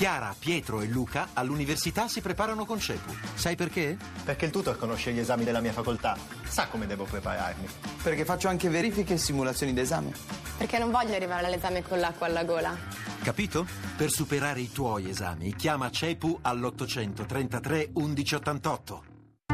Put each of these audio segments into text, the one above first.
Chiara, Pietro e Luca all'università si preparano con CEPU. Sai perché? Perché il tutor conosce gli esami della mia facoltà. Sa come devo prepararmi. Perché faccio anche verifiche e simulazioni d'esame. Perché non voglio arrivare all'esame con l'acqua alla gola. Capito? Per superare i tuoi esami, chiama CEPU all'833 1188.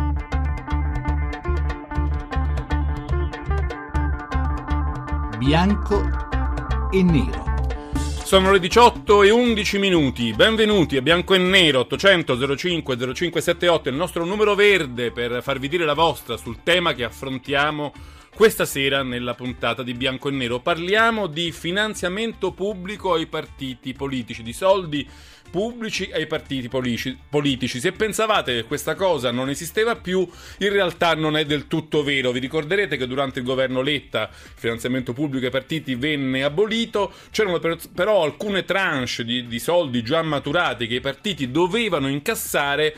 Bianco e nero. Sono le 18 e 11 minuti. Benvenuti a Bianco e Nero. 800 05 0578 è il nostro numero verde per farvi dire la vostra sul tema che affrontiamo questa sera nella puntata di Bianco e Nero. Parliamo di finanziamento pubblico ai partiti politici, di soldi pubblici ai partiti politici. Se pensavate che questa cosa non esisteva più, in realtà non è del tutto vero. Vi ricorderete che durante il governo Letta il finanziamento pubblico ai partiti venne abolito. C'erano però alcune tranche di soldi già maturati che i partiti dovevano incassare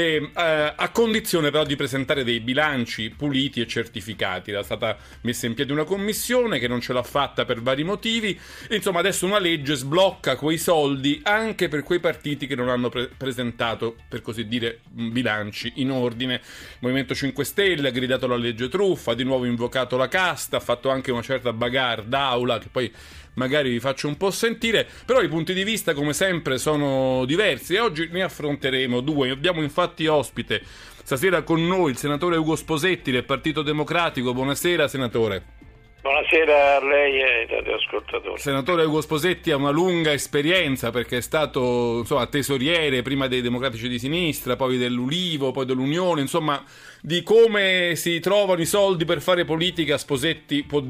a condizione però di presentare dei bilanci puliti e certificati. Era stata messa in piedi una commissione che non ce l'ha fatta per vari motivi e, insomma, adesso una legge sblocca quei soldi anche per quei partiti che non hanno presentato, per così dire, bilanci in ordine. Il Movimento 5 Stelle ha gridato la legge truffa, ha di nuovo invocato la casta, ha fatto anche una certa bagarre d'aula che poi magari vi faccio un po' sentire, però i punti di vista come sempre sono diversi e oggi ne affronteremo due. Abbiamo infatti ospite stasera con noi il senatore Ugo Sposetti del Partito Democratico. Buonasera senatore. Buonasera a lei e ai radioascoltatori. Senatore Ugo Sposetti ha una lunga esperienza perché è stato, insomma, tesoriere prima dei Democratici di Sinistra, poi dell'Ulivo, poi dell'Unione, insomma, di come si trovano i soldi per fare politica Sposetti può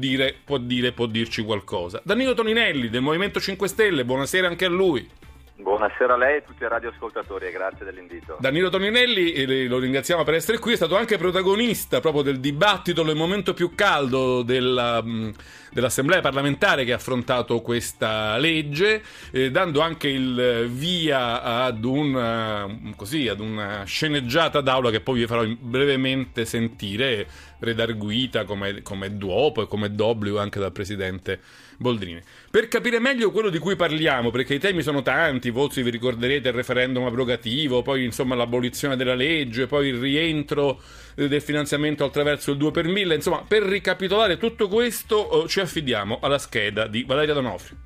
dirci qualcosa. Danilo Toninelli del Movimento 5 Stelle, buonasera anche a lui. Buonasera a lei e a tutti i radioascoltatori e grazie dell'invito. Danilo Toninelli, lo ringraziamo per essere qui, è stato anche protagonista proprio del dibattito nel momento più caldo dell'Assemblea parlamentare che ha affrontato questa legge, dando anche il via ad una sceneggiata d'aula che poi vi farò brevemente sentire, redarguita come dopo e come d'obbligo anche dal Presidente Boldrini. Per capire meglio quello di cui parliamo, perché i temi sono tanti, vi ricorderete il referendum abrogativo, poi insomma l'abolizione della legge, poi il rientro del finanziamento attraverso il 2 per 1000, insomma, per ricapitolare tutto questo ci affidiamo alla scheda di Valeria D'Onofrio.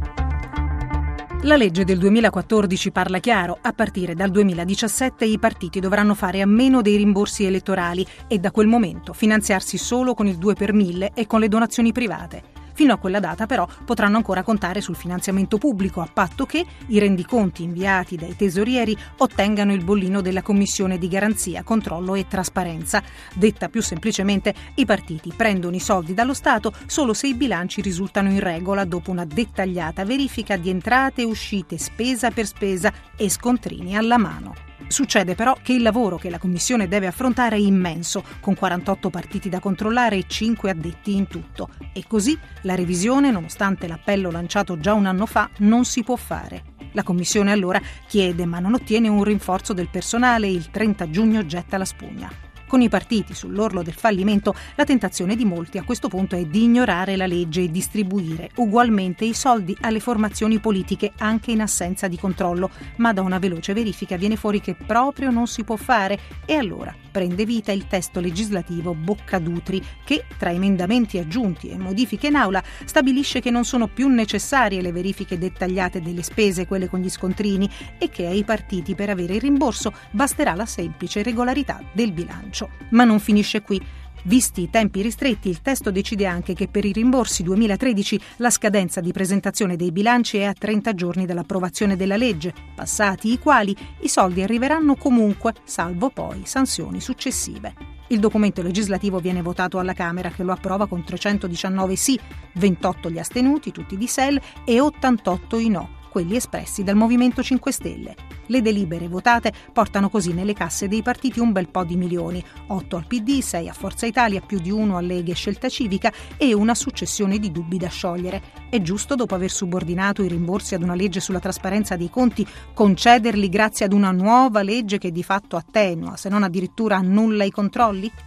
La legge del 2014 parla chiaro: a partire dal 2017 i partiti dovranno fare a meno dei rimborsi elettorali e da quel momento finanziarsi solo con il 2 per 1000 e con le donazioni private. Fino a quella data però potranno ancora contare sul finanziamento pubblico a patto che i rendiconti inviati dai tesorieri ottengano il bollino della Commissione di Garanzia, Controllo e Trasparenza. Detta più semplicemente, i partiti prendono i soldi dallo Stato solo se i bilanci risultano in regola dopo una dettagliata verifica di entrate e uscite spesa per spesa e scontrini alla mano. Succede però che il lavoro che la Commissione deve affrontare è immenso, con 48 partiti da controllare e 5 addetti in tutto. E così la revisione, nonostante l'appello lanciato già un anno fa, non si può fare. La Commissione allora chiede, ma non ottiene un rinforzo del personale e il 30 giugno getta la spugna. Con i partiti sull'orlo del fallimento, la tentazione di molti a questo punto è di ignorare la legge e distribuire ugualmente i soldi alle formazioni politiche anche in assenza di controllo, ma da una veloce verifica viene fuori che proprio non si può fare e allora prende vita il testo legislativo Boccadutri che, tra emendamenti aggiunti e modifiche in aula, stabilisce che non sono più necessarie le verifiche dettagliate delle spese, quelle con gli scontrini, e che ai partiti per avere il rimborso basterà la semplice regolarità del bilancio. Ma non finisce qui. Visti i tempi ristretti, il testo decide anche che per i rimborsi 2013 la scadenza di presentazione dei bilanci è a 30 giorni dall'approvazione della legge, passati i quali i soldi arriveranno comunque, salvo poi sanzioni successive. Il documento legislativo viene votato alla Camera, che lo approva con 319 sì, 28 gli astenuti, tutti di SEL, e 88 i no, quelli espressi dal Movimento 5 Stelle. Le delibere votate portano così nelle casse dei partiti un bel po' di milioni, 8 al PD, 6 a Forza Italia, più di 1 a Lega e Scelta Civica e una successione di dubbi da sciogliere. È giusto, dopo aver subordinato i rimborsi ad una legge sulla trasparenza dei conti, concederli grazie ad una nuova legge che di fatto attenua, se non addirittura annulla i controlli?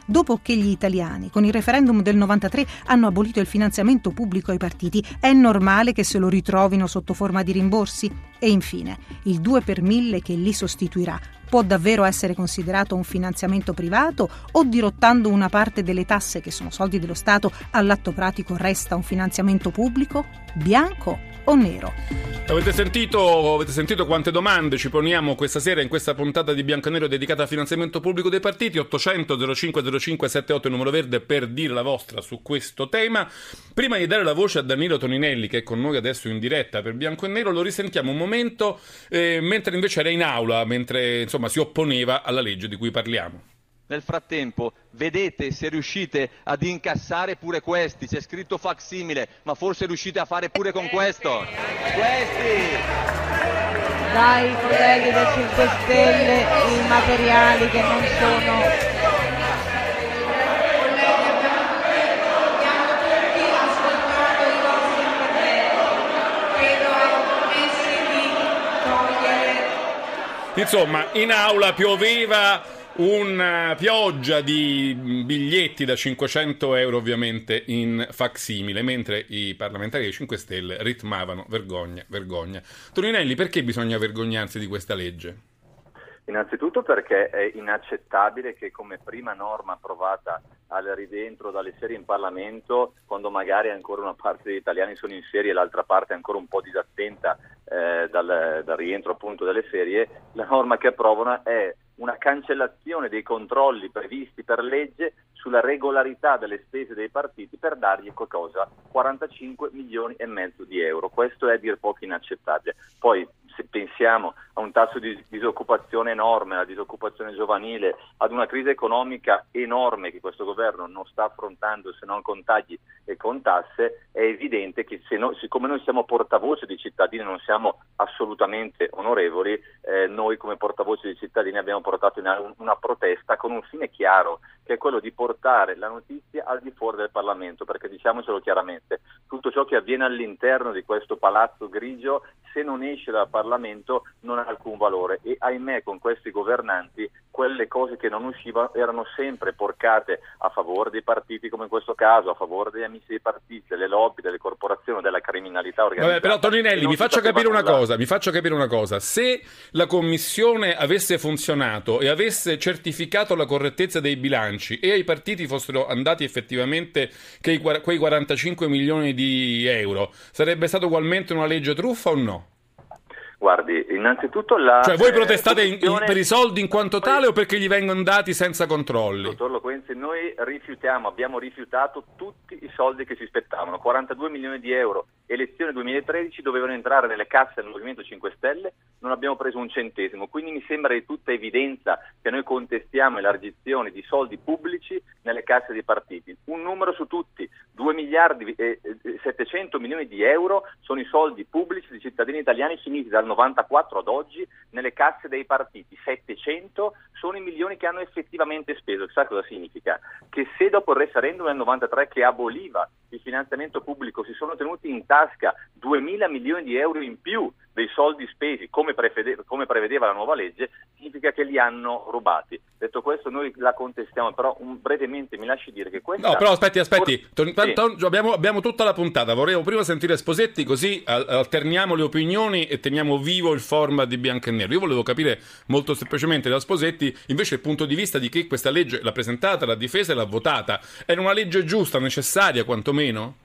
dopo che gli italiani con il referendum del 93 hanno abolito il finanziamento pubblico ai partiti, è normale che se lo ritrovino sotto forma di rimborsi? E infine, il 2 per 1000 che li sostituirà può davvero essere considerato un finanziamento privato o, dirottando una parte delle tasse che sono soldi dello Stato, all'atto pratico resta un finanziamento pubblico? Bianco o nero? Avete sentito quante domande ci poniamo questa sera in questa puntata di Bianco e Nero dedicata al finanziamento pubblico dei partiti. 800 05 05 78 il numero verde per dire la vostra su questo tema. Prima di dare la voce a Danilo Toninelli, che è con noi adesso in diretta per Bianco e Nero, lo risentiamo un momento mentre invece era in aula, mentre insomma si opponeva alla legge di cui parliamo. Nel frattempo, vedete se riuscite ad incassare pure questi. C'è scritto facsimile, ma forse riuscite a fare pure con questo. Questi! Dai colleghi del 5 Stelle i materiali che non sono... Insomma, in aula pioveva una pioggia di biglietti da 500 euro ovviamente in facsimile, mentre i parlamentari dei 5 Stelle ritmavano vergogna, vergogna. Toninelli, perché bisogna vergognarsi di questa legge? Innanzitutto perché è inaccettabile che come prima norma approvata al ridentro dalle serie in Parlamento, quando magari ancora una parte degli italiani sono in serie e l'altra parte è ancora un po' disattenta dal rientro appunto delle ferie, la norma che approvano è una cancellazione dei controlli previsti per legge sulla regolarità delle spese dei partiti per dargli qualcosa, 45 milioni e mezzo di euro. Questo è a dir poco inaccettabile. Poi se pensiamo a un tasso di disoccupazione enorme, alla disoccupazione giovanile, ad una crisi economica enorme che questo governo non sta affrontando se non con tagli e con tasse, è evidente che siccome noi siamo portavoce dei cittadini, non siamo assolutamente onorevoli, noi come portavoce dei cittadini abbiamo portato in una protesta con un fine chiaro, che è quello di portare la notizia al di fuori del Parlamento, perché diciamocelo chiaramente, tutto ciò che avviene all'interno di questo palazzo grigio, se non esce dal Parlamento non ha alcun valore, e ahimè con questi governanti quelle cose che non uscivano erano sempre porcate a favore dei partiti, come in questo caso, a favore degli amici dei partiti, delle lobby, delle corporazioni, della criminalità organizzata. Vabbè, però Toninelli, mi faccio capire una cosa. Se la Commissione avesse funzionato e avesse certificato la correttezza dei bilanci e ai partiti fossero andati effettivamente quei 45 milioni di euro, sarebbe stata ugualmente una legge truffa o no? Guardi, innanzitutto Cioè voi protestate per i soldi in quanto tale o perché gli vengono dati senza controlli? Dottor Loquenzi, noi abbiamo rifiutato tutti i soldi che si spettavano, 42 milioni di euro, elezione 2013, dovevano entrare nelle casse del Movimento 5 Stelle, non abbiamo preso un centesimo, quindi mi sembra di tutta evidenza che noi contestiamo elargizioni di soldi pubblici nelle casse dei partiti. Un numero su tutti, 2 miliardi e 700 milioni di euro sono i soldi pubblici dei cittadini italiani finiti dal 94 ad oggi nelle casse dei partiti. 700 sono i milioni che hanno effettivamente speso. Sa cosa significa? Che se dopo il referendum del 93 che aboliva il finanziamento pubblico si sono tenuti in tasca 2.000 milioni di euro in più dei soldi spesi come prevedeva la nuova legge, significa che li hanno rubati. Detto questo, noi la contestiamo, però brevemente mi lasci dire che questa... No, però aspetti. Abbiamo tutta la puntata. Vorrei prima sentire Sposetti, così alterniamo le opinioni e teniamo vivo il format di Bianco e Nero. Io volevo capire molto semplicemente da Sposetti invece il punto di vista di chi questa legge l'ha presentata, l'ha difesa e l'ha votata. Era una legge giusta, necessaria quantomeno?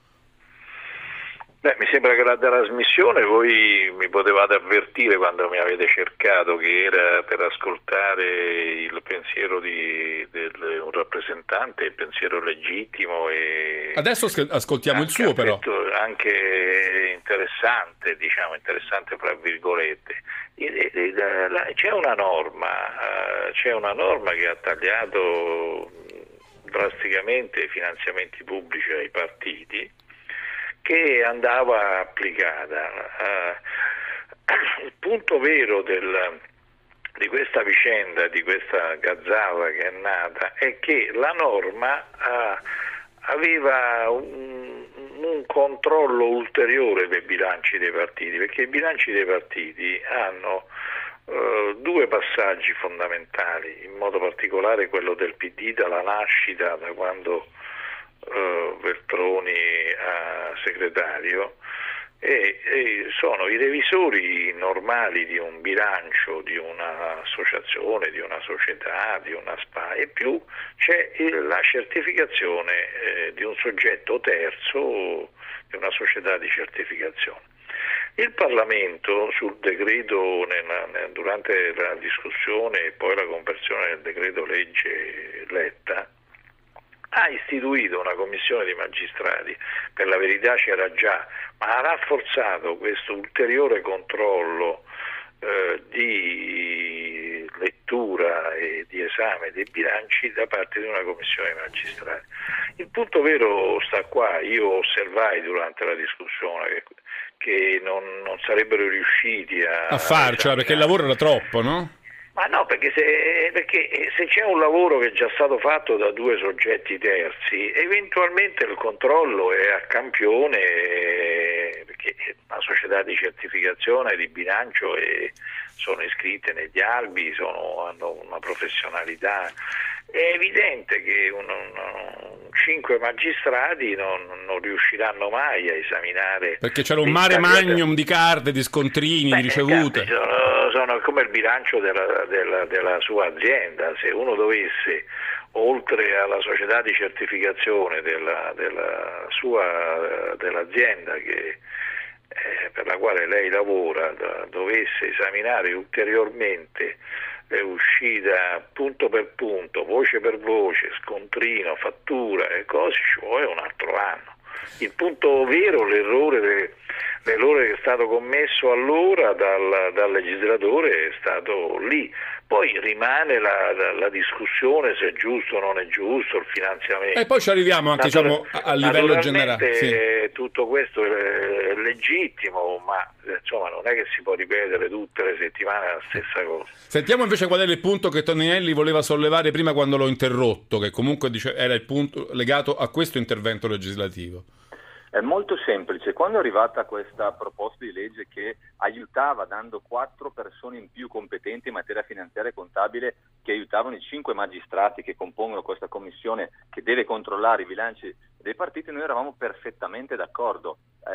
Beh, mi sembra che la trasmissione voi mi potevate avvertire quando mi avete cercato che era per ascoltare il pensiero di un rappresentante, il pensiero legittimo e adesso ascoltiamo il suo, però anche interessante fra virgolette. C'è una norma che ha tagliato drasticamente i finanziamenti pubblici ai partiti, che andava applicata. Il punto vero di questa vicenda, di questa gazzava che è nata, è che la norma aveva un controllo ulteriore dei bilanci dei partiti, perché i bilanci dei partiti hanno due passaggi fondamentali, in modo particolare quello del PD dalla nascita, da quando Veltroni a segretario, e sono i revisori normali di un bilancio, di un'associazione, di una società, di una SpA, e più c'è la certificazione di un soggetto terzo, di una società di certificazione. Il Parlamento sul decreto, durante la discussione e poi la conversione del decreto legge Letta, ha istituito una commissione di magistrati, per la verità c'era già, ma ha rafforzato questo ulteriore controllo di lettura e di esame dei bilanci da parte di una commissione di magistrati. Il punto vero sta qua. Io osservai durante la discussione che non sarebbero riusciti a farcela, perché il lavoro era troppo, no? Ma no, perché se c'è un lavoro che è già stato fatto da due soggetti terzi, eventualmente il controllo è a campione, perché una società di certificazione di bilancio sono iscritte negli albi, hanno una professionalità. È evidente che 5 magistrati non riusciranno mai a esaminare, perché c'era un mare magnum di carte, di scontrini, di ricevute. Sono come il bilancio della sua azienda. Se uno dovesse, oltre alla società di certificazione dell'azienda per la quale lei lavora, dovesse esaminare ulteriormente uscita punto per punto, voce per voce, scontrino, fattura e cose, ci vuole un altro anno. Il punto vero, l'errore che è stato commesso allora dal legislatore è stato lì. Poi rimane la discussione se è giusto o non è giusto, il finanziamento. E poi ci arriviamo anche a livello generale. Sì. Tutto questo è legittimo, ma insomma non è che si può ripetere tutte le settimane la stessa cosa. Sentiamo invece qual è il punto che Toninelli voleva sollevare prima quando l'ho interrotto, che comunque era il punto legato a questo intervento legislativo. È molto semplice. Quando è arrivata questa proposta di legge che aiutava, dando 4 persone in più competenti in materia finanziaria e contabile, che aiutavano i 5 magistrati che compongono questa commissione che deve controllare i bilanci dei partiti, noi eravamo perfettamente d'accordo.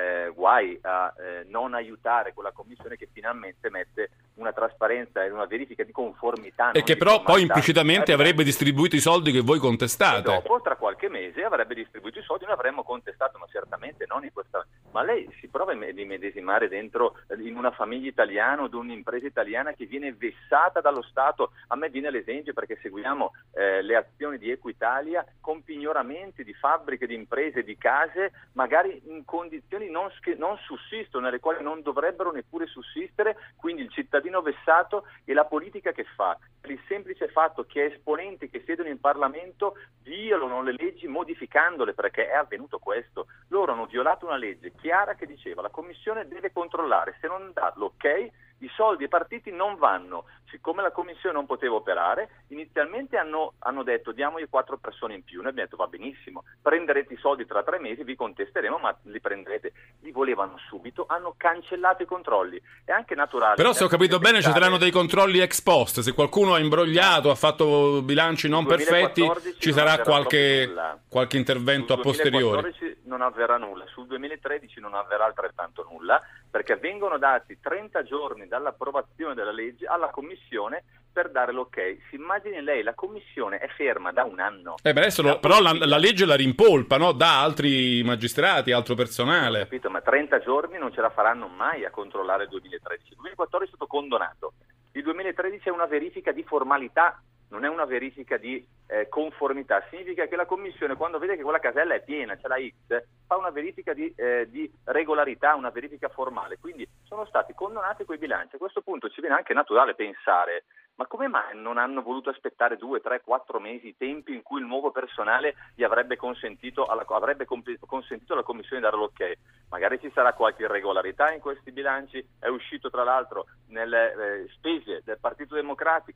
Guai a non aiutare quella commissione che finalmente mette una trasparenza e una verifica di conformità. E che però poi implicitamente avrebbe distribuito i soldi che voi contestate. E dopo, tra qualche mese, avrebbe distribuito i soldi, noi avremmo contestato, ma certamente non in questa. Ma lei si prova a immedesimare dentro in una famiglia italiana o di un'impresa italiana che viene vessata dallo Stato. A me viene l'esempio, perché seguiamo le azioni di Equitalia con pignoramenti di fabbriche, di imprese, di case, magari in condizioni che non sussistono, nelle quali non dovrebbero neppure sussistere. Quindi il cittadino vessato e la politica che fa, per il semplice fatto che esponenti che siedono in Parlamento violano le leggi modificandole, perché è avvenuto questo. Loro hanno violato una legge chiara che diceva la Commissione deve controllare, se non dà l'ok i soldi ai partiti non vanno. Siccome la Commissione non poteva operare, inizialmente hanno detto diamogli 4 persone in più. Noi abbiamo detto va benissimo, prenderete i soldi tra 3 mesi, vi contesteremo, ma li prenderete. Li volevano subito, hanno cancellato i controlli. È anche naturale. Però se ho capito bene ci saranno dei controlli ex post. Se qualcuno ha imbrogliato, ha fatto bilanci non perfetti, ci sarà qualche intervento a posteriori. Sul 2014 non avverrà nulla, sul 2013 non avverrà altrettanto nulla, perché vengono dati 30 giorni dall'approvazione della legge alla Commissione per dare l'ok. Si immagini lei, la Commissione è ferma da un anno. Adesso però la legge la rimpolpa, no? Da altri magistrati, altro personale. Ho capito, ma 30 giorni non ce la faranno mai a controllare il 2013. Il 2014 è stato condonato. Il 2013 è una verifica di formalità, non è una verifica di conformità. Significa che la Commissione, quando vede che quella casella è piena, c'è la X, fa una verifica di regolarità, una verifica formale. Quindi sono stati condonati quei bilanci. A questo punto ci viene anche naturale pensare: ma come mai non hanno voluto aspettare 2, 3, 4 mesi, i tempi in cui il nuovo personale gli avrebbe consentito alla Commissione di dare l'ok? Magari ci sarà qualche irregolarità in questi bilanci. È uscito tra l'altro nelle spese del Partito Democratico con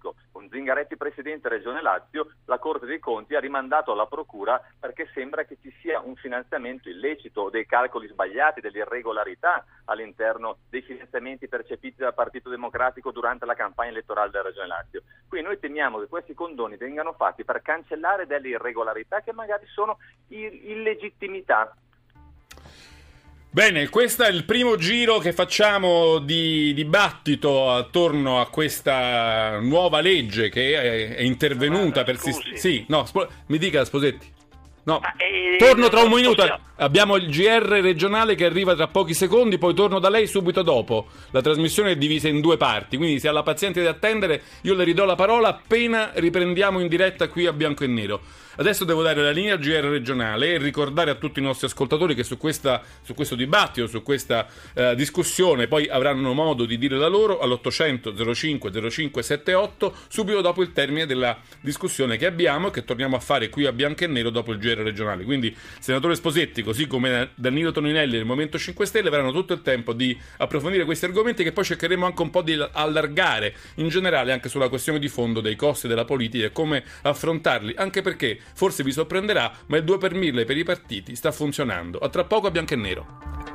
Zingaretti presidente Regione Lazio, la Corte dei Conti ha rimandato alla Procura perché sembra che ci sia un finanziamento illecito, dei calcoli sbagliati, delle irregolarità all'interno dei finanziamenti percepiti dal Partito Democratico durante la campagna elettorale della Regione Lazio. Quindi noi temiamo che questi condoni vengano fatti per cancellare delle irregolarità che magari sono illegittimità. Bene, questo è il primo giro che facciamo di dibattito attorno a questa nuova legge che è intervenuta per mi dica Sposetti. No, torno tra un minuto. Abbiamo il GR regionale che arriva tra pochi secondi, poi torno da lei subito dopo. La trasmissione è divisa in 2 parti, quindi se ha la pazienza di attendere io le ridò la parola appena riprendiamo in diretta qui a Bianco e Nero. Adesso devo dare la linea al GR regionale e ricordare a tutti i nostri ascoltatori che su questo dibattito, su questa discussione, poi avranno modo di dire la loro all'800 05 05 78 subito dopo il termine della discussione che abbiamo e che torniamo a fare qui a Bianco e Nero dopo il GR regionale. Quindi, senatore Sposetti, così come Danilo Toninelli del Movimento 5 Stelle, avranno tutto il tempo di approfondire questi argomenti che poi cercheremo anche un po' di allargare in generale anche sulla questione di fondo dei costi della politica e come affrontarli, anche perché forse vi sorprenderà, ma il 2 per 1000 per i partiti sta funzionando. A tra poco a Bianco e Nero.